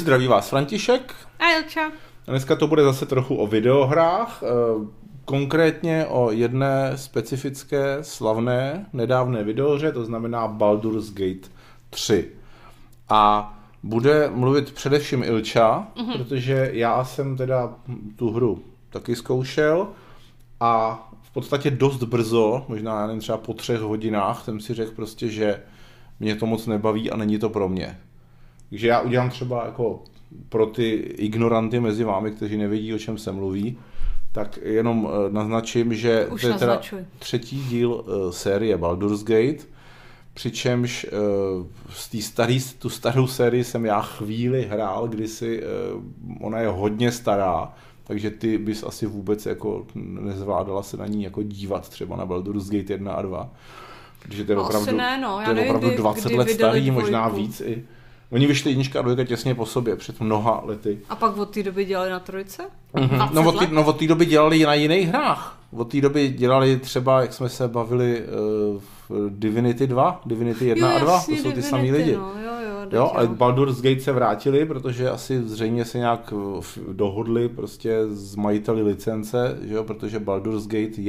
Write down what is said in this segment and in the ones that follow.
Zdraví vás František. A Ilča. Dneska to bude zase trochu o videohrách, konkrétně o jedné specifické, slavné, nedávné videohře, to znamená Baldur's Gate 3. A bude mluvit především Ilča, protože já jsem teda tu hru taky zkoušel a v podstatě dost brzo, možná já nevím, třeba po 3 hodinách, jsem si řekl prostě, že mě to moc nebaví a není to pro mě. Takže já udělám třeba jako pro ty ignoranty mezi vámi, kteří nevědí, o čem se mluví, tak jenom naznačím, že už to je teda 3. díl série Baldur's Gate, přičemž tu starou sérii jsem já chvíli hrál, kdysi ona je hodně stará, takže ty bys asi vůbec jako nezvládala se na ní jako dívat třeba na Baldur's Gate 1 a 2. Protože to je opravdu, to je opravdu 20 let starý, možná víc i. Oni vyšli 1 a 2 těsně po sobě, před mnoha lety. A pak od té doby dělali na 3? No od té doby dělali na jiných hrách. Od té doby dělali třeba, jak jsme se bavili, v Divinity 2, Divinity 1 a 2, to jsou ty samý lidi. No, jo, ale Baldur's Gate se vrátili, protože asi zřejmě se nějak dohodli prostě s majiteli licence, že jo, protože Baldur's Gate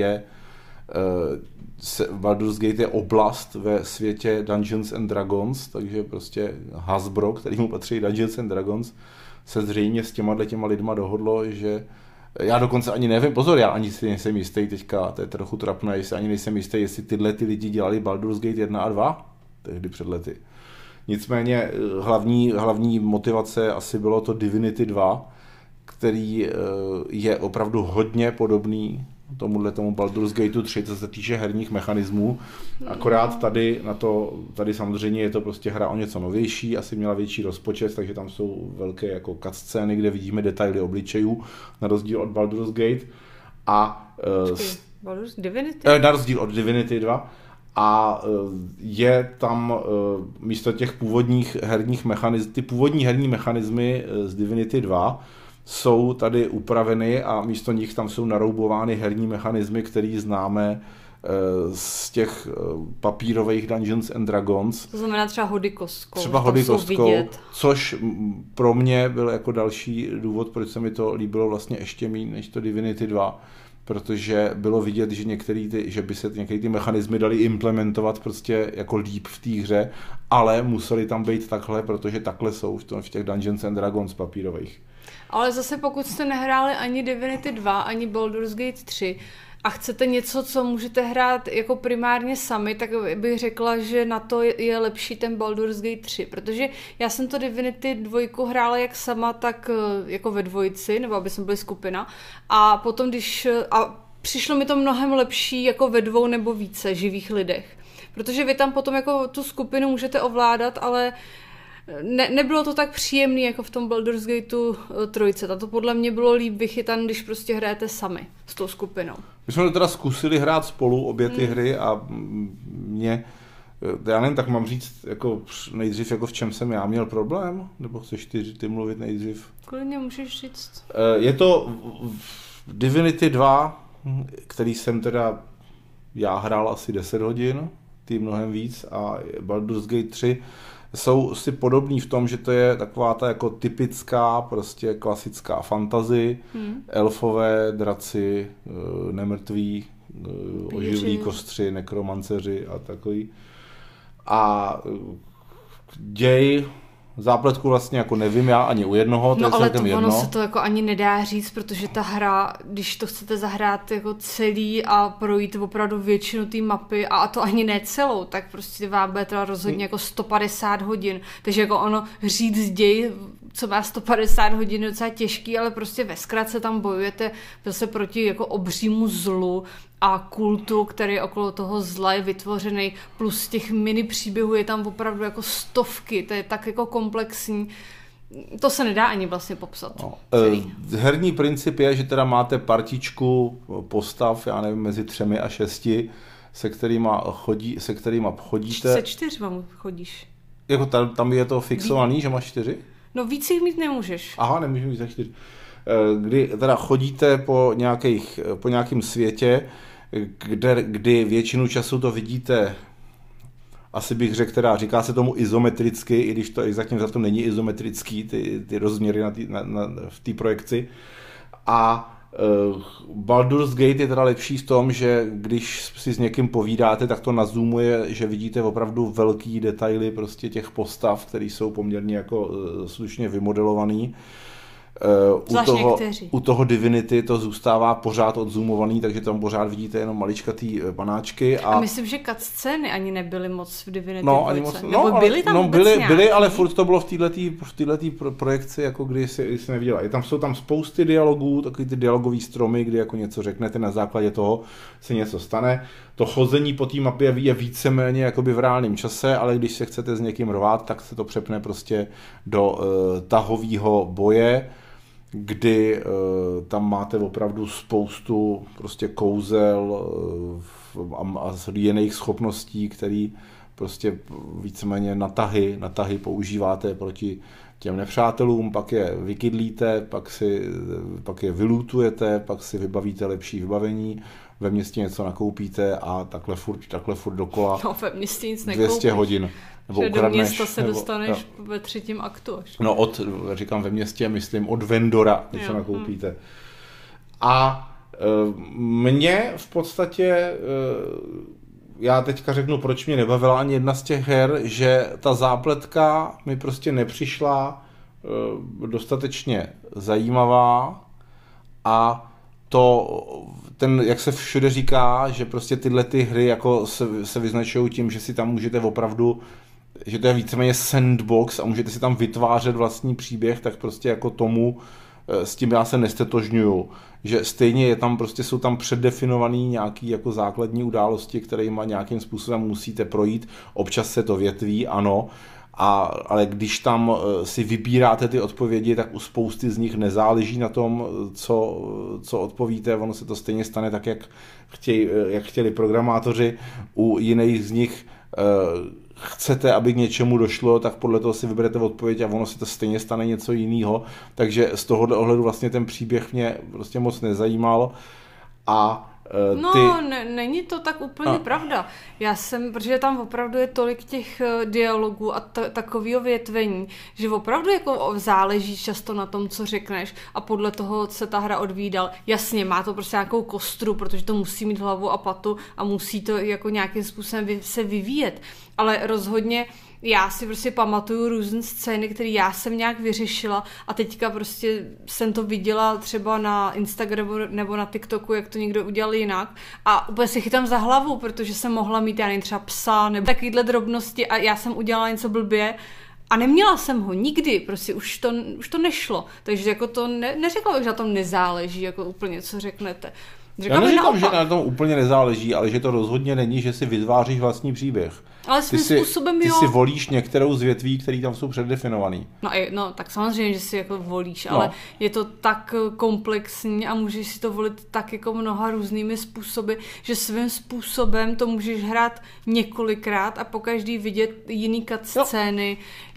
je oblast ve světě Dungeons and Dragons, takže prostě Hasbro, kterýmu patří Dungeons and Dragons, se zřejmě s těma lidma dohodlo, že já dokonce ani nevím, pozor, já ani si nejsem jistý teďka, to je trochu trapné, jestli ani nejsem jistý, jestli tyhle ty lidi dělali Baldur's Gate 1 a 2, tehdy před lety. Nicméně hlavní motivace asi bylo to Divinity 2, který je opravdu hodně podobný tomu Baldur's Gate 3, co se týče herních mechanismů. Akorát tady samozřejmě je to prostě hra o něco novější, asi měla větší rozpočet, takže tam jsou velké jako cutscény, kde vidíme detaily obličejů, na rozdíl od Baldur's Gate. Na rozdíl od Divinity 2. A je tam místo těch původních herních mechanismů, ty původní herní mechanismy z Divinity 2 jsou tady upraveny a místo nich tam jsou naroubovány herní mechanismy, které známe z těch papírových Dungeons and Dragons. To znamená třeba hody kostkou. Což pro mě byl jako další důvod, proč se mi to líbilo vlastně ještě méně než to Divinity 2. Protože bylo vidět, že by se některé ty mechanismy daly implementovat prostě jako líp v té hře, ale museli tam být takhle, protože takhle jsou v těch Dungeons and Dragons papírových. Ale zase pokud jste nehráli ani Divinity 2, ani Baldur's Gate 3 a chcete něco, co můžete hrát jako primárně sami, tak bych řekla, že na to je lepší ten Baldur's Gate 3, protože já jsem to Divinity 2 hrála jak sama, tak jako ve dvojici, nebo aby jsme byli skupina, a potom přišlo mi to mnohem lepší jako ve 2 nebo více živých lidech, protože vy tam potom jako tu skupinu můžete ovládat, ale nebylo to tak příjemný jako v tom Baldur's Gateu 3. To podle mě bylo líp vychytan, když prostě hrajete sami s tou skupinou. My jsme to teda zkusili hrát spolu obě ty hry a já nevím, tak mám říct jako nejdřív, jako v čem jsem já měl problém? Nebo chceš ty mluvit nejdřív? Klidně můžeš říct. Je to Divinity 2, který jsem teda já hrál asi 10 hodin, ty mnohem víc, a Baldur's Gate 3 jsou si podobní v tom, že to je taková ta jako typická, prostě klasická fantasy, elfové, draci, nemrtví, oživlí kostři, nekromanceři a takový. A děj zápletku vlastně jako nevím já ani u jednoho, to je celkem jedno. No ale ono se to jako ani nedá říct, protože ta hra, když to chcete zahrát jako celý a projít opravdu většinu té mapy a to ani ne celou, tak prostě vám bude teda rozhodně jako 150 hodin. Takže jako ono říct děj, co má 150 hodin, je docela těžký, ale prostě ve zkratce tam bojujete zase proti jako obřímu zlu a kultu, který okolo toho zla je vytvořený, plus těch mini příběhů je tam opravdu jako stovky, to je tak jako komplexní, to se nedá ani vlastně popsat. No, herní princip je, že teda máte partičku postav, já nevím, mezi 3 a 6, se kterýma chodíte. Se 4 chodíš. Jako tam je to fixovaný, že máš 4? No víc jich mít nemůžeš. Aha, nemůžu mít za 4. Kdy teda chodíte po nějakém světě, kdy většinu času to vidíte asi bych řekl, teda říká se tomu izometricky, i když to exaktně za to není izometrický, ty rozměry v té projekci. A Baldur's Gate je teda lepší v tom, že když si s někým povídáte, tak to nazoomuje, že vidíte opravdu velký detaily prostě těch postav, které jsou poměrně jako slušně vymodelovaný. U toho Divinity to zůstává pořád odzoomovaný, takže tam pořád vidíte jenom maličkatý panáčky. A myslím, že cutscény ani nebyly moc v Divinity. Ani moc, byly tam byly, ale furt to bylo v této projekci, jako kdy si neviděla. Jsou tam spousty dialogů, takový ty dialogový stromy, kdy jako něco řeknete, na základě toho se něco stane. To chození po té mapě je víceméně jakoby v reálném čase, ale když se chcete s někým rvát, tak se to přepne prostě do tahového boje, kdy tam máte opravdu spoustu prostě kouzel a jiných schopností, který prostě víceméně na tahy používáte proti těm nepřátelům, pak je vykydlíte, pak je vylutujete, pak si vybavíte lepší vybavení, ve městě něco nakoupíte a takhle furt dokola. No, ve městě nic nekoupíš. 200 hodin. Nebo že do města se dostaneš ve 3. aktu až. No říkám ve městě, myslím od vendora něco nakoupíte. A mě v podstatě, já teďka řeknu, proč mě nebavila ani jedna z těch her, že ta zápletka mi prostě nepřišla dostatečně zajímavá a jak se všude říká, že prostě tyhle ty hry jako se vyznačují tím, že si tam můžete opravdu, že to je víceméně sandbox a můžete si tam vytvářet vlastní příběh, tak prostě jako s tím já se nestetožňuju. Že stejně jsou tam předdefinovaný nějaký jako základní události, kterými nějakým způsobem musíte projít. Občas se to větví, ano, ale když tam si vybíráte ty odpovědi, tak u spousty z nich nezáleží na tom, co odpovíte, ono se to stejně stane tak, jak chtěli programátoři. U jiných z nich chcete, aby k něčemu došlo, tak podle toho si vyberete odpověď a ono se to stejně stane něco jiného. Takže z tohohle ohledu vlastně ten příběh mě prostě moc nezajímal. Není to tak úplně pravda. Protože tam opravdu je tolik těch dialogů a takového větvení, že opravdu jako záleží často na tom, co řekneš a podle toho se ta hra odvídal. Jasně, má to prostě nějakou kostru, protože to musí mít hlavu a patu a musí to jako nějakým způsobem se vyvíjet. Ale rozhodně já si prostě pamatuju různé scény, které já jsem nějak vyřešila a teďka prostě jsem to viděla třeba na Instagramu nebo na TikToku, jak to někdo udělal jinak a úplně si chytám za hlavu, protože jsem mohla mít, já nevím, třeba psa nebo takovýhle drobnosti a já jsem udělala něco blbě a neměla jsem ho nikdy, prostě už to nešlo. Takže jako to neřekla bych, že na tom nezáleží, jako úplně co řeknete. Já neříkám, že na tom úplně nezáleží, ale že to rozhodně není, že si vytváříš vlastní příběh. Ale svým způsobem ty si volíš některou z větví, které tam jsou předdefinovaný. No, tak samozřejmě, že si jako volíš, ale je to tak komplexní a můžeš si to volit tak jako mnoha různými způsoby, že svým způsobem to můžeš hrát několikrát a pokaždý vidět jiný cutscény,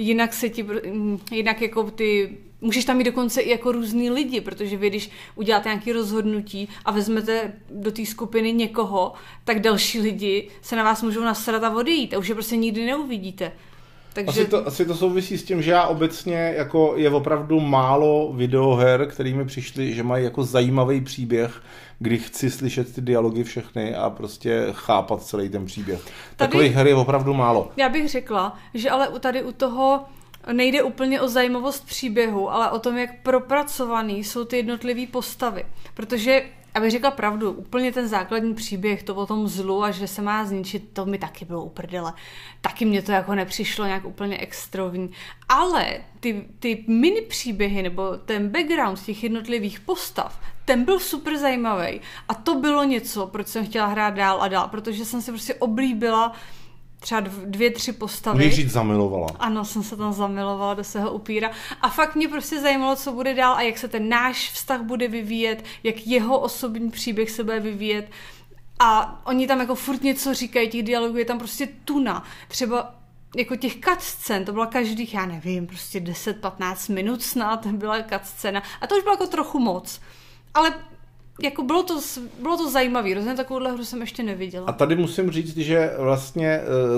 jinak jako ty. Můžeš tam mít dokonce i jako různý lidi, protože vy, když uděláte nějaké rozhodnutí a vezmete do té skupiny někoho, tak další lidi se na vás můžou nasrat a odejít a už je prostě nikdy neuvidíte. Takže... Asi to souvisí s tím, že já obecně jako je opravdu málo videoher, který mi přišly, že mají jako zajímavý příběh, kdy chci slyšet ty dialogy všechny a prostě chápat celý ten příběh. Takových her je opravdu málo. Já bych řekla, že ale tady u toho nejde úplně o zajímavost příběhu, ale o tom, jak propracovaný jsou ty jednotlivé postavy. Protože, abych řekla pravdu, úplně ten základní příběh, to o tom zlu a že se má zničit, to mi taky bylo uprdele. Taky mě to jako nepřišlo nějak úplně extrovní. Ale ty mini příběhy nebo ten background těch jednotlivých postav, ten byl super zajímavý. A to bylo něco, proč jsem chtěla hrát dál a dál, protože jsem si prostě oblíbila třeba 2-3 postavy. Můžeš říct zamilovala. Ano, jsem se tam zamilovala do svého upíra. A fakt mě prostě zajímalo, co bude dál a jak se ten náš vztah bude vyvíjet, jak jeho osobní příběh se bude vyvíjet. A oni tam jako furt něco říkají, těch dialogů je tam prostě tuna. Třeba jako těch cutscén, to byla každých, já nevím, prostě 10-15 minut snad byla cutscéna. A to už bylo jako trochu moc. Ale jako bylo to zajímavé, rozhodně takovouhle hru jsem ještě neviděla. A tady musím říct, že vlastně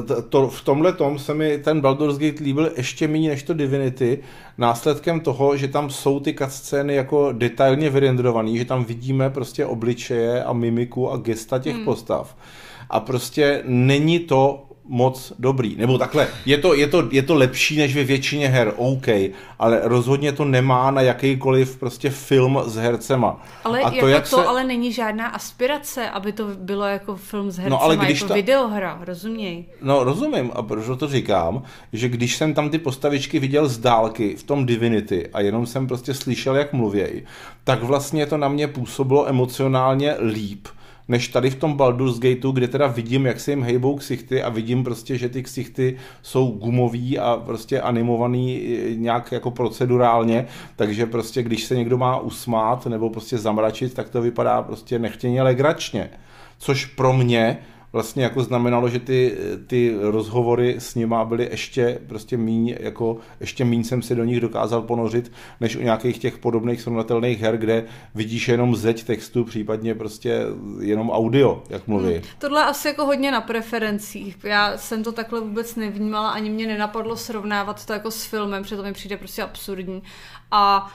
v tomhletom se mi ten Baldur's Gate líbil ještě méně než to Divinity, následkem toho, že tam jsou ty cutscény jako detailně vyrenderovaný, že tam vidíme prostě obličeje a mimiku a gesta těch postav. A prostě není to moc dobrý. Nebo takhle, je to lepší než ve většině her, OK, ale rozhodně to nemá na jakýkoliv prostě film s hercema. Ale a to, jako ale není žádná aspirace, aby to bylo jako film s hercema, ale jako videohra, rozuměj? No rozumím, a proč to říkám, že když jsem tam ty postavičky viděl z dálky v tom Divinity a jenom jsem prostě slyšel, jak mluvěj, tak vlastně to na mě působilo emocionálně líp, než tady v tom Baldur's Gateu, kde teda vidím, jak se jim hejbou ksichty a vidím prostě, že ty ksichty jsou gumový a prostě animovaný nějak jako procedurálně, takže prostě když se někdo má usmát nebo prostě zamračit, tak to vypadá prostě nechtěně legračně. Což pro mě vlastně jako znamenalo, že ty rozhovory s nima byly ještě prostě míň, jako ještě míň jsem se do nich dokázal ponořit, než u nějakých těch podobných srovnatelných her, kde vidíš jenom zeď textu, případně prostě jenom audio, jak mluví. Tohle asi jako hodně na preferencích. Já jsem to takhle vůbec nevnímala, ani mě nenapadlo srovnávat to jako s filmem, protože to mi přijde prostě absurdní. A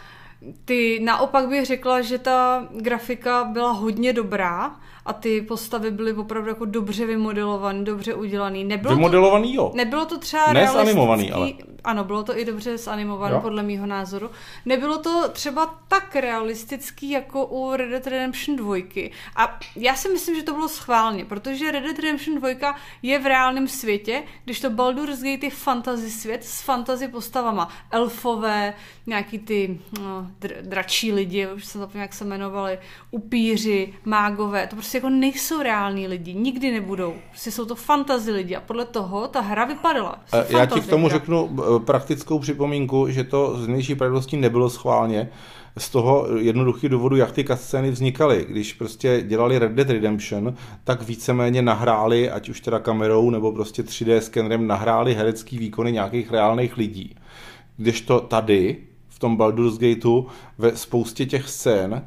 naopak bych řekla, že ta grafika byla hodně dobrá a ty postavy byly opravdu jako dobře vymodelovaný, dobře udělaný. Vymodelovaný, jo. Nebylo to třeba realistický. Ale... Ano, bylo to i dobře zanimované, podle mýho názoru. Nebylo to třeba tak realistický jako u Red Dead Redemption 2. A já si myslím, že to bylo schválně, protože Red Dead Redemption 2 je v reálném světě, když to Baldur's Gate je fantasy svět s fantasy postavama. Elfové, nějaký ty dračí lidi, už jsem zapomněla, jak se jmenovali, upíři, mágové, to prostě jako nejsou reální lidi, nikdy nebudou. Prostě jsou to fantasy lidi a podle toho ta hra vypadala. Já ti k tomu řeknu praktickou připomínku, že to z největší pravdostí nebylo schválně. Z toho jednoduchého důvodu, jak ty cutscény vznikaly. Když prostě dělali Red Dead Redemption, tak víceméně nahráli, ať už teda kamerou nebo prostě 3D skenerem, nahráli herecký výkony nějakých reálných lidí. Kdežto tady, v tom Baldur's Gateu, ve spoustě těch scén,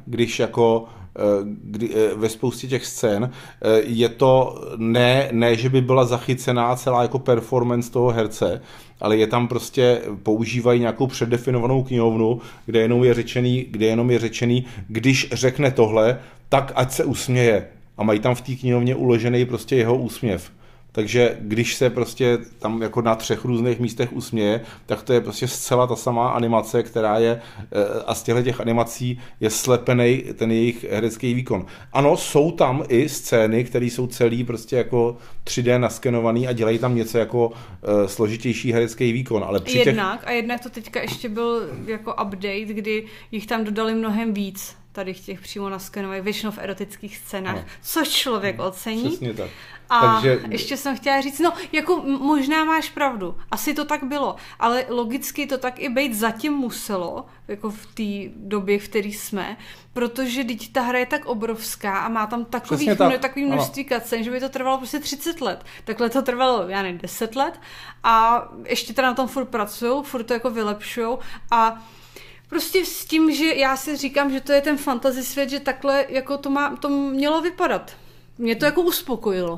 ve spoustě těch scén je to ne, že by byla zachycená celá jako performance toho herce, ale je tam prostě, používají nějakou předdefinovanou knihovnu, kde jenom je řečený, když řekne tohle, tak ať se usměje. A mají tam v té knihovně uložený prostě jeho úsměv. Takže když se prostě tam jako na 3 různých místech usměje, tak to je prostě zcela ta samá animace, která je, a z těch animací je slepený ten jejich herecký výkon. Ano, jsou tam i scény, které jsou celý prostě jako 3D naskenovaný a dělají tam něco jako složitější herecký výkon. Ale jednak to teďka ještě byl jako update, kdy jich tam dodali mnohem víc. Tady těch přímo naskenovaných, většinou v erotických scénách, což člověk ocení. Přesně tak. A ještě jsem chtěla říct, jako možná máš pravdu, asi to tak bylo, ale logicky to tak i být zatím muselo, jako v té době, v které jsme, protože teď ta hra je tak obrovská a má tam takový množství cutscén, že by to trvalo prostě 30 let. Takhle to trvalo, 10 let a ještě teda na tom furt pracujou, furt to jako vylepšujou a prostě s tím, že já si říkám, že to je ten fantasy svět, že takhle jako to mělo vypadat. Mě to jako uspokojilo.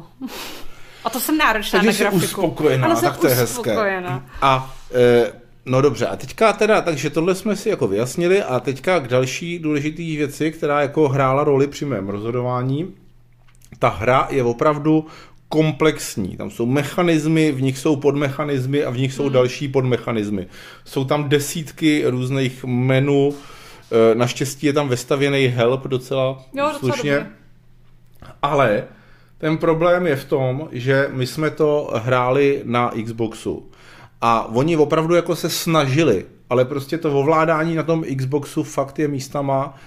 A to jsem náročná na grafiku. Takže jsi uspokojená, ano, tak to je hezké. A no dobře, a teďka teda, takže tohle jsme si jako vyjasnili a teďka k další důležitý věci, která jako hrála roli při mém rozhodování. Ta hra je opravdu komplexní. Tam jsou mechanismy, v nich jsou podmechanismy a v nich jsou další podmechanismy. Jsou tam desítky různých menu, naštěstí je tam vestavěný help docela slušně. Ale ten problém je v tom, že my jsme to hráli na Xboxu a oni opravdu jako se snažili, ale prostě to ovládání na tom Xboxu fakt je místama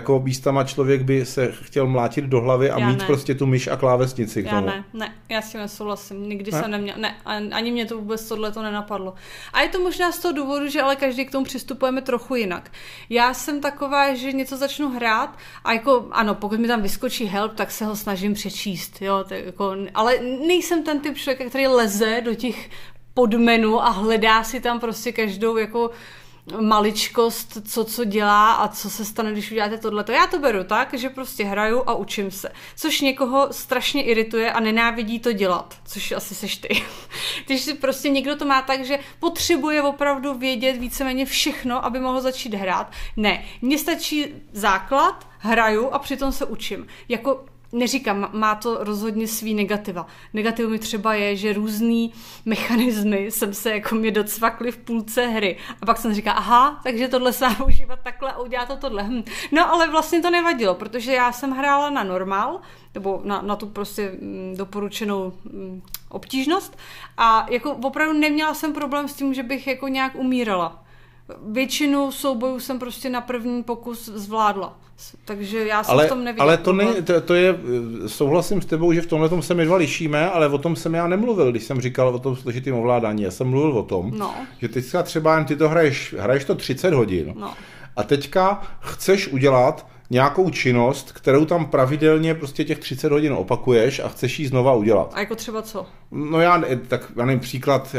člověk by se chtěl mlátit do hlavy a mít prostě tu myš a klávesnici k tomu. Já s tím nesouhlasím, nikdy jsem neměla, ani mě to vůbec tohleto nenapadlo. A je to možná z toho důvodu, že ale každý k tomu přistupujeme trochu jinak. Já jsem taková, že něco začnu hrát a jako, ano, pokud mi tam vyskočí help, tak se ho snažím přečíst, jo, jako, ale nejsem ten typ člověka, který leze do těch podmenů a hledá si tam prostě každou jako maličkost, co dělá a co se stane, když uděláte tohleto. Já to beru tak, že prostě hraju a učím se. Což někoho strašně irituje a nenávidí to dělat, což asi seš ty. Když si prostě někdo to má tak, že potřebuje opravdu vědět víceméně všechno, aby mohl začít hrát. Ne, mně stačí základ, hraju a přitom se učím. Jako neříkám, má to rozhodně svý negativa. Negativum třeba je, že různý mechanismy jsem se jako mě docvakly v půlce hry. A pak jsem říkala, aha, takže tohle se má užívat takhle a udělá to tohle. No ale vlastně to nevadilo, protože já jsem hrála na normál, nebo na tu prostě doporučenou obtížnost a jako opravdu neměla jsem problém s tím, že bych jako nějak umírala. Většinu soubojů jsem prostě na první pokus zvládla. Takže já jsem v tom neviděla. Ale to je, souhlasím s tebou, že v tomhletom se my dva lišíme, ale o tom jsem já nemluvil, když jsem říkal o tom složitým ovládání. Já jsem mluvil o tom, že teďka třeba ty to hraješ to 30 hodin a teďka chceš udělat nějakou činnost, kterou tam pravidelně prostě těch 30 hodin opakuješ a chceš ji znova udělat. A jako třeba co? No já nevím, příklad,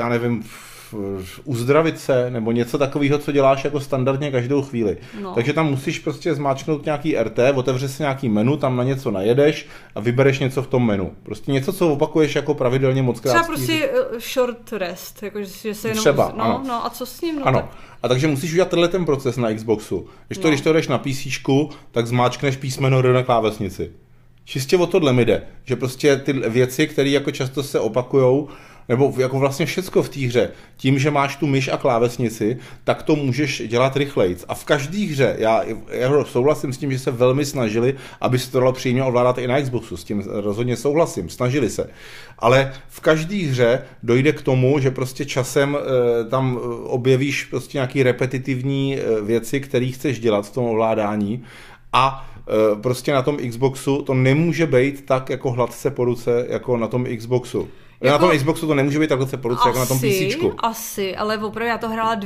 uzdravit se, nebo něco takového, co děláš jako standardně každou chvíli. No. Takže tam musíš prostě zmáčknout nějaký RT, otevře se nějaký menu, tam na něco najedeš a vybereš něco v tom menu. Prostě něco, co opakuješ jako pravidelně mockrát. Třeba prostě short rest, jako že se jenom... Třeba, ano. No, a co s ním? No, ano. Tak... A takže musíš udělat tenhle ten proces na Xboxu. Když to jdeš na PCčku, tak zmáčkneš písmeno R na klávesnici. Čistě o tohle mi jde, že prostě ty věci, které jako často se opakujou, nebo jako vlastně všecko v té hře, tím, že máš tu myš a klávesnici, tak to můžeš dělat rychlejc. A v každé hře, já souhlasím s tím, že se velmi snažili, aby se to dalo příjemně ovládat i na Xboxu, s tím rozhodně souhlasím, snažili se. Ale v každé hře dojde k tomu, že prostě časem tam objevíš prostě nějaký repetitivní věci, které chceš dělat v tom ovládání a prostě na tom Xboxu to nemůže být tak jako hladce po ruce, jako na tom Xboxu. Jako, na tom Xboxu to nemůže být takhle po ruce, jako na tom PCčku. Asi, ale opravdu já to hrála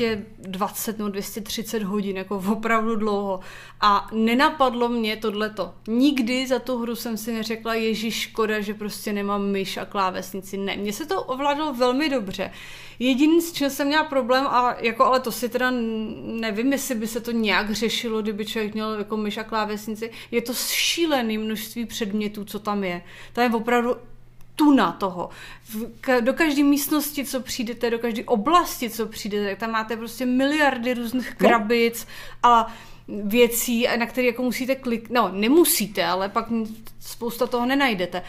220 nebo 230 hodin, jako opravdu dlouho. A nenapadlo mě tohleto. Nikdy za tu hru jsem si neřekla, ježiš, škoda, že prostě nemám myš a klávesnici. Ne, mně se to ovládalo velmi dobře. Jediný, s čím jsem měla problém, ale to si teda nevím, jestli by se to nějak řešilo, kdyby člověk měl jako myš a klávesnici, je to šílený množství předmětů, co tam je. Tam je opravdu tuna toho. Do každé místnosti, co přijdete, do každé oblasti, co přijdete, tam máte prostě miliardy různých krabic a věcí, na které jako musíte kliknout. No, nemusíte, ale pak spousta toho nenajdete.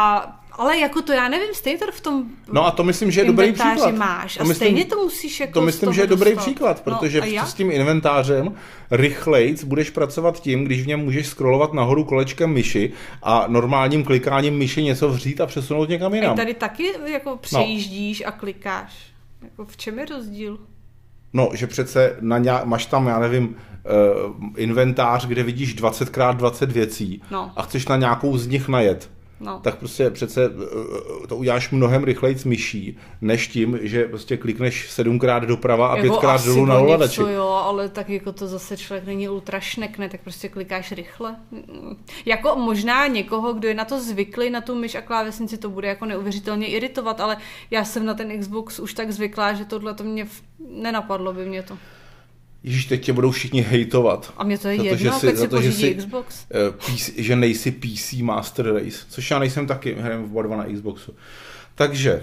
Ale jako to já nevím, stejně to v tom no a to myslím, že je dobrý příklad. Máš. A stejně to musíš jako to myslím, že je dobrý příklad, protože s tím inventářem rychlejc budeš pracovat tím, když v něm můžeš scrollovat nahoru kolečkem myši a normálním klikáním myši něco vřít a přesunout někam jinam. A tady taky jako přejíždíš a klikáš. Jako v čem je rozdíl? No, že přece máš tam, já nevím, inventář, kde vidíš 20x20 věcí a chceš na nějakou z nich najet. No. Tak prostě přece to uděláš mnohem rychleji s myší, než tím, že prostě klikneš 7x doprava a jako 5x dolů na ovladači. Jo, ale tak jako to zase člověk není ultra šnekne, tak prostě klikáš rychle. Jako možná někoho, kdo je na to zvyklý, na tu myš a klávesnici, to bude jako neuvěřitelně iritovat, ale já jsem na ten Xbox už tak zvyklá, že tohle to mě nenapadlo by mě to. Ježíš, teď tě budou všichni hejtovat. A mě to je jedno, teď si pořídí Xbox. Že nejsi PC Master Race, což já nejsem taky, hrajeme v oba na Xboxu. Takže,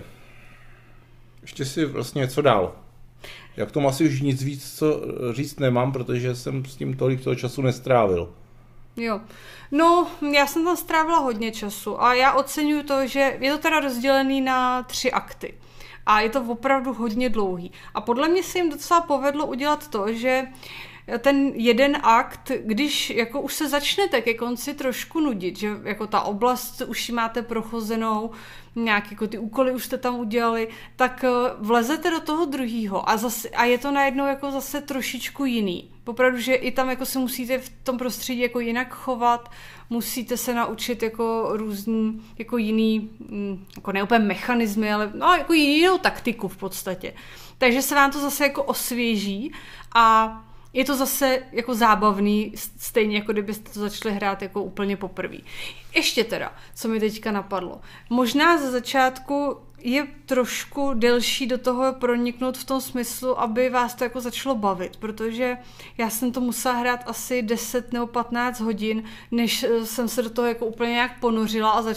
ještě si vlastně něco dál. Já k tomu asi už nic víc co říct nemám, protože jsem s tím tolik toho času nestrávil. Jo, no já jsem tam strávila hodně času a já oceňuju to, že je to teda rozdělený na 3 akty. A je to opravdu hodně dlouhý. A podle mě se jim docela povedlo udělat to, že ten jeden akt, když jako už se začnete ke konci trošku nudit, že jako ta oblast už máte prochozenou, nějak jako ty úkoly už jste tam udělali, tak vlezete do toho druhýho a je to najednou jako zase trošičku jiný. Popravdu, že i tam jako se musíte v tom prostředí jako jinak chovat, musíte se naučit jako různý, jako jiný, jako ne úplně mechanismy, ale no, jako jinou taktiku v podstatě. Takže se vám to zase jako osvěží a je to zase jako zábavný, stejně jako kdybyste to začali hrát jako úplně poprvé. Ještě teda, co mi teďka napadlo. Možná ze začátku je trošku delší do toho proniknout v tom smyslu, aby vás to jako začalo bavit, protože já jsem to musela hrát asi 10 nebo 15 hodin, než jsem se do toho jako úplně nějak ponořila a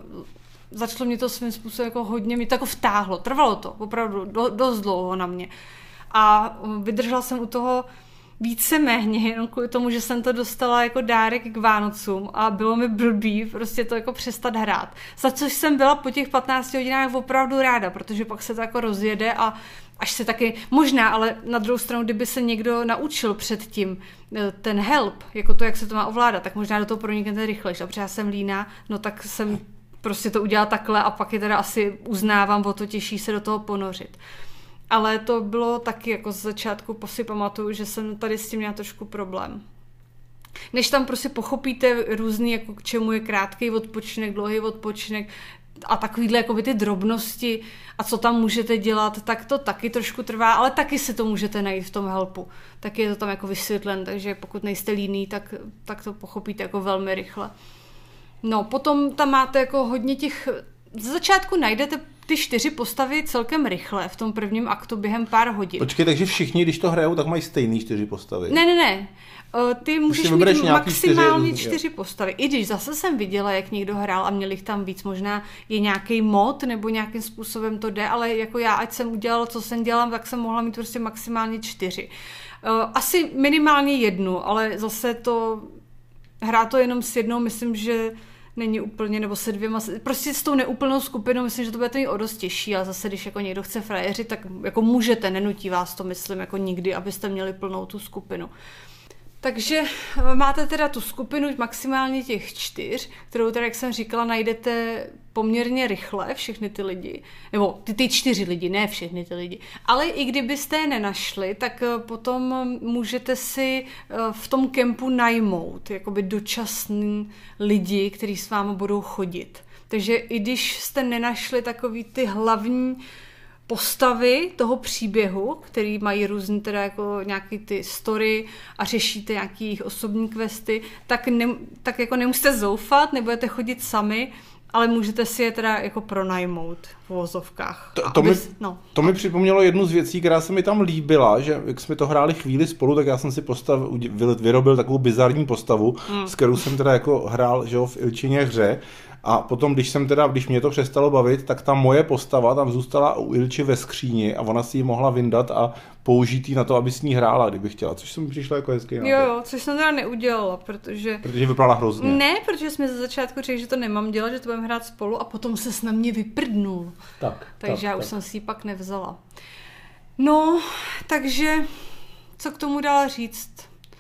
začalo mě to svým způsobem jako hodně, mě to jako vtáhlo. Trvalo to opravdu dost dlouho na mě. A vydržela jsem u toho víceméně jenom kvůli tomu, že jsem to dostala jako dárek k Vánocům a bylo mi blbý prostě to jako přestat hrát. Za což jsem byla po těch 15 hodinách opravdu ráda, protože pak se to jako rozjede a až se taky, možná, ale na druhou stranu, kdyby se někdo naučil předtím ten help, jako to, jak se to má ovládat, tak možná do toho proniknete rychlejš. A protože já jsem líná, no tak jsem prostě to udělala takhle a pak je teda asi uznávám, o to těžší se do toho ponořit. Ale to bylo taky jako z začátku, si pamatuju, že jsem tady s tím měla trošku problém. Než tam prostě pochopíte různý, jako k čemu je krátký odpočinek, dlouhý odpočinek a takovýhle jako ty drobnosti a co tam můžete dělat, tak to taky trošku trvá, ale taky si to můžete najít v tom helpu. Taky je to tam jako vysvětlen, takže pokud nejste líný, tak to pochopíte jako velmi rychle. No, potom tam máte jako hodně těch... Z začátku najdete ty 4 postavy celkem rychle v tom prvním aktu během pár hodin. Počkej, takže všichni, když to hrajou, tak mají stejný 4 postavy. Ne. Ty můžeš mít maximálně 4 postavy. I když zase jsem viděla, jak někdo hrál a měl jich tam víc. Možná je nějaký mod, nebo nějakým způsobem to jde, ale jako já, ať jsem udělala, co jsem dělala, tak jsem mohla mít prostě maximálně 4. Asi minimálně 1, ale zase to... Hrát to jenom s jednou, myslím, že není úplně, nebo se 2, prostě s tou neúplnou skupinou, myslím, že to bude o dost těžší, ale zase, když jako někdo chce frajeřit, tak jako můžete, nenutí vás to, myslím, jako nikdy, abyste měli plnou tu skupinu. Takže máte teda tu skupinu maximálně těch 4, kterou teda, jak jsem říkala, najdete poměrně rychle, všechny ty lidi, nebo ty 4 lidi, ne všechny ty lidi, ale i kdybyste je nenašli, tak potom můžete si v tom kempu najmout jakoby dočasný lidi, kteří s vámi budou chodit. Takže i když jste nenašli takový ty hlavní postavy toho příběhu, který mají různý teda jako nějaký ty story a řešíte nějaký jejich osobní questy, tak jako nemusíte zoufat, nebudete chodit sami, ale můžete si je teda jako pronajmout v uvozovkách. To mi připomnělo jednu z věcí, která se mi tam líbila, že jak jsme to hráli chvíli spolu, tak já jsem si vyrobil takovou bizarní postavu, s kterou jsem teda jako hrál, že jo, v Ilčině hře. A potom, když mě to přestalo bavit, tak ta moje postava tam zůstala u Ilči ve skříni a ona si ji mohla vyndat a použít ji na to, aby s ní hrála, kdyby chtěla, což jsem přišla jako hezký nápad. Jo, což jsem teda neudělala, protože vypadala hrozně. Ne, protože jsme ze začátku řekli, že to nemám dělat, že to budeme hrát spolu a potom se na mě vyprdnul. Takže já už jsem si ji pak nevzala. No, takže co k tomu dál říct?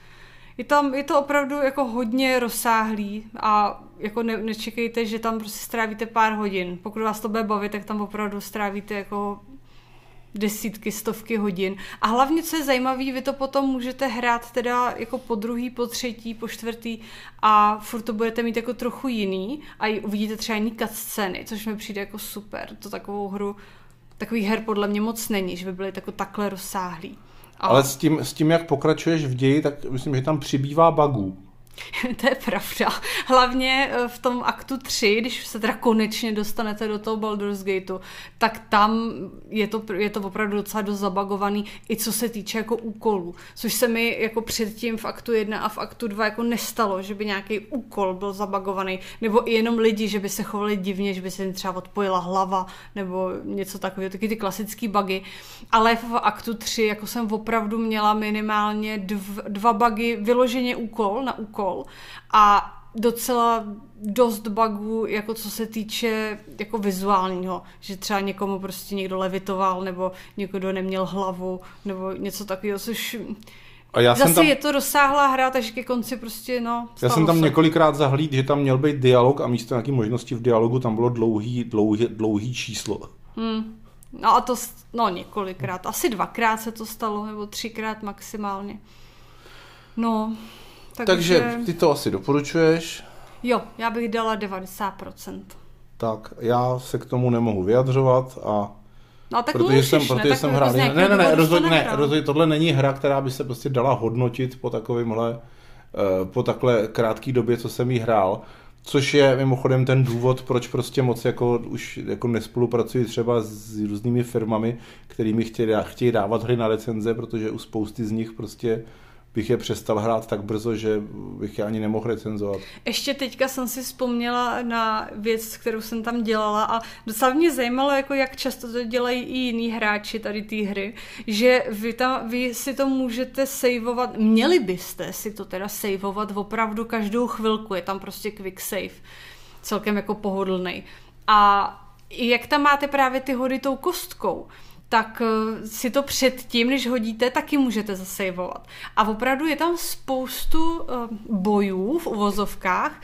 Je to opravdu jako hodně rozsáhlý a jako nečekejte, že tam prostě strávíte pár hodin. Pokud vás to bude bavit, tak tam opravdu strávíte jako desítky, stovky hodin. A hlavně, co je zajímavé, vy to potom můžete hrát teda jako po druhý, po třetí, po čtvrtý a furt to budete mít jako trochu jiný a i uvidíte třeba jiný cutscény, což mi přijde jako super. To takových her podle mě moc není, že by byly takhle rozsáhlý. Ale s tím, jak pokračuješ v ději, tak myslím, že tam přibývá bugů. To je pravda. Hlavně v tom aktu 3, když se teda konečně dostanete do toho Baldur's Gateu, tak tam je to opravdu docela dost zabagovaný, i co se týče jako úkolů. Což se mi jako předtím v aktu 1 a v aktu 2 jako nestalo, že by nějaký úkol byl zabagovaný, nebo i jenom lidi, že by se chovali divně, že by se jim třeba odpojila hlava, nebo něco takového, taky ty klasický bugy. Ale v aktu 3 jako jsem opravdu měla minimálně 2 bugy, vyloženě úkol na úkol, a docela dost bugů, jako co se týče jako vizuálního, že třeba někomu prostě někdo levitoval, nebo někdo neměl hlavu, nebo něco takového, což je to rozsáhlá hra, takže ke konci prostě Já jsem tam několikrát zahlídl, že tam měl být dialog a místo nějaký možnosti v dialogu tam bylo dlouhý číslo. No a to, několikrát, asi 2krát se to stalo, nebo 3krát maximálně. No, takže ty to asi doporučuješ? Jo, já bych dala 90%. Tak, já se k tomu nemohu vyjadřovat a No tak protože můžeš, protože jsem hrál. Ne, rozhodně tohle není hra, která by se prostě dala hodnotit po takhle krátké době, co jsem jí hrál. Což je mimochodem ten důvod, proč prostě moc už nespolupracuji třeba s různými firmami, kterými chtějí dávat hry na recenze, protože u spousty z nich prostě bych je přestal hrát tak brzo, že bych je ani nemohl recenzovat. Ještě teďka jsem si vzpomněla na věc, kterou jsem tam dělala a docela mě zajímalo, jako jak často to dělají i jiní hráči tady té hry, že vy si to můžete saveovat, měli byste si to teda saveovat opravdu každou chvilku, je tam prostě quick save, celkem jako pohodlnej. A jak tam máte právě ty hody tou kostkou, tak si to předtím, než hodíte, taky můžete zasejvovat. A opravdu je tam spoustu bojů v uvozovkách,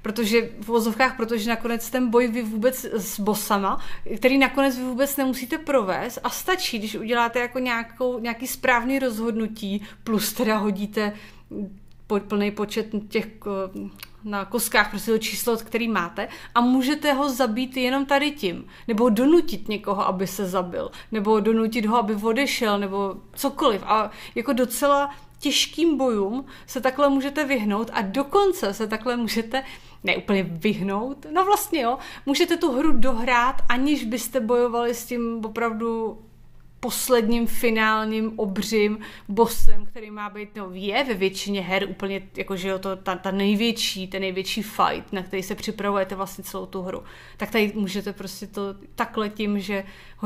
protože nakonec ten boj vy vůbec s bossama, který nakonec vy vůbec nemusíte provést a stačí, když uděláte jako nějaký správný rozhodnutí, plus teda hodíte plný počet těch na kostkách prostě to číslo, který máte a můžete ho zabít jenom tady tím. Nebo donutit někoho, aby se zabil. Nebo donutit ho, aby odešel, nebo cokoliv. A jako docela těžkým bojům se takhle můžete vyhnout a dokonce se takhle můžete ne úplně vyhnout, no vlastně jo, můžete tu hru dohrát, aniž byste bojovali s tím opravdu posledním finálním obřím bossem, který má být, no je ve většině her úplně, jakože jo, ten největší fight, na který se připravujete vlastně celou tu hru. Tak tady můžete prostě to takhle tím, že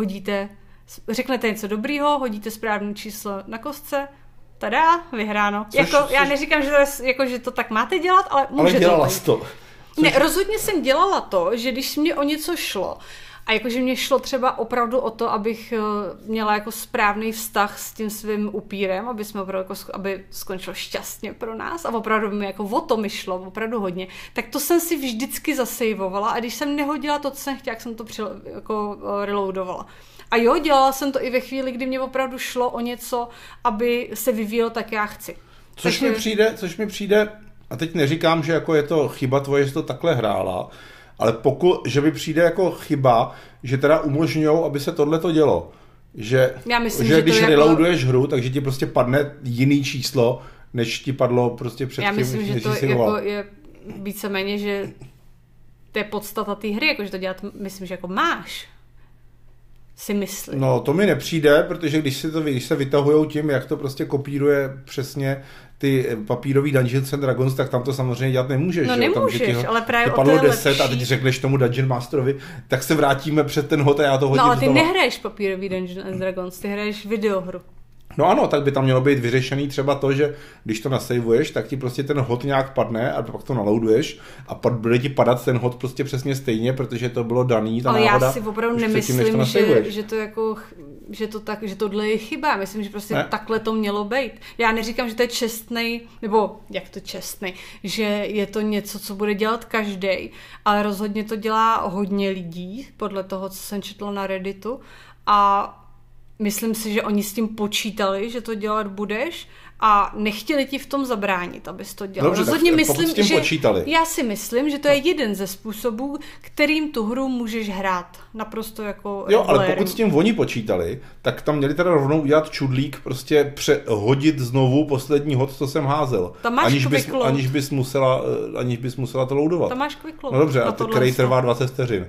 řeknete něco dobrýho, hodíte správné číslo na kostce, tada, vyhráno. Já neříkám, že to tak máte dělat, ale můžete. Ale dělala jsi to. Ne, rozhodně jsem dělala to, že když mě o něco šlo, a jakože mě šlo třeba opravdu o to, abych měla jako správný vztah s tím svým upírem, aby skončilo šťastně pro nás a opravdu mi jako o to mi šlo, opravdu hodně, tak to jsem si vždycky zasejvovala a když jsem nehodila to, co jsem chtěla, jak jsem to jako reloadovala. A jo, dělala jsem to i ve chvíli, kdy mě opravdu šlo o něco, aby se vyvíjelo tak, já chci. Což mi přijde, a teď neříkám, že jako je to chyba tvoje, že to takhle hrála, ale že by přijde jako chyba, že teda umožňujou, aby se tohleto dělo. Že když reloaduješ hru, takže ti prostě padne jiný číslo, než ti padlo prostě předtím. Já myslím, že to jako je víceméně, že to je podstata té hry, jakože to dělat, myslím, že jako máš. Si myslím. No, to mi nepřijde, protože když se vytahujou tím, jak to prostě kopíruje přesně ty papírový Dungeons and Dragons, tak tam to samozřejmě dělat nemůžeš. No nemůžeš, ale právě to padlo 10 a teď řekneš tomu Dungeon Masterovi, tak se vrátíme před ten hod a já to hodím. No ale ty nehraješ papírový Dungeons and Dragons, ty hraješ videohru. No ano, tak by tam mělo být vyřešený třeba to, že když to nasejvuješ, tak ti prostě ten hod nějak padne a pak to naloaduješ a bude ti padat ten hod prostě přesně stejně, protože to bylo daný, ta náhoda. Ale já si opravdu nemyslím, že to jako, že tohle je chyba. Myslím, že prostě takhle to mělo být. Já neříkám, že to je čestnej, nebo jak to čestnej, že je to něco, co bude dělat každej, ale rozhodně to dělá hodně lidí, podle toho, co jsem četla na Redditu a myslím si, že oni s tím počítali, že to dělat budeš a nechtěli ti v tom zabránit, abys to dělal. Dobře, rozhodně myslím, s tím že počítali. Já si myslím, že to je jeden ze způsobů, kterým tu hru můžeš hrát. Naprosto jako jo, ale pokud s tím oni počítali, tak tam měli teda rovnou udělat čudlík, prostě hodit znovu poslední hod, co jsem házel. Aniž bys musela to loadovat. Tam máš quick load. No dobře, a který trvá 20 vteřin.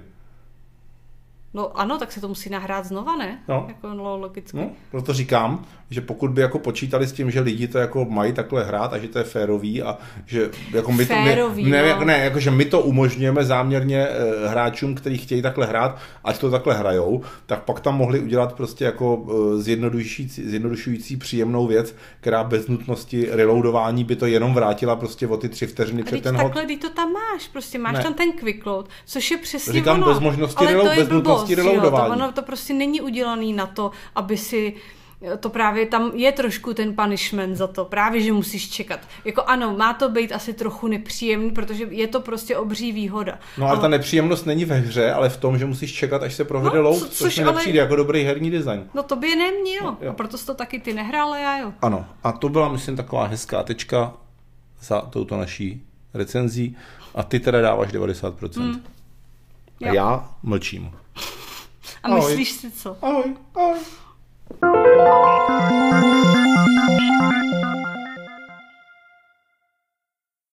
No ano, tak se to musí nahrát znova, ne? No. Jako logicky. No, proto říkám, že pokud by jako počítali s tím, že lidi to jako mají takhle hrát a že to je férový a že jako že my to umožňujeme záměrně hráčům, kteří chtějí takhle hrát, ať to takhle hrajou, tak pak tam mohli udělat prostě jako zjednodušující příjemnou věc, která bez nutnosti reloadování by to jenom vrátila prostě o ty 3 vteřiny před ten hod. Takhle, ty to tam máš, prostě máš tam ten quick load, což je přesně říkám, ono. Bez možnosti reloadování. Ono to prostě není udělaný na to, aby si to právě tam je trošku ten punishment za to, právě že musíš čekat. Jako ano, má to být asi trochu nepříjemný, protože je to prostě obří výhoda. No ale ta nepříjemnost není ve hře, ale v tom, že musíš čekat, až se provede load, což mi nepřijde jako dobrý herní design. No to by nemělo. A proto jsi to taky ty nehrál, ale já jo. Ano, a to byla, myslím, taková hezká tečka za touto naší recenzí a ty teda dáváš 90%. A já mlčím. A myslíš si co? Ahoj.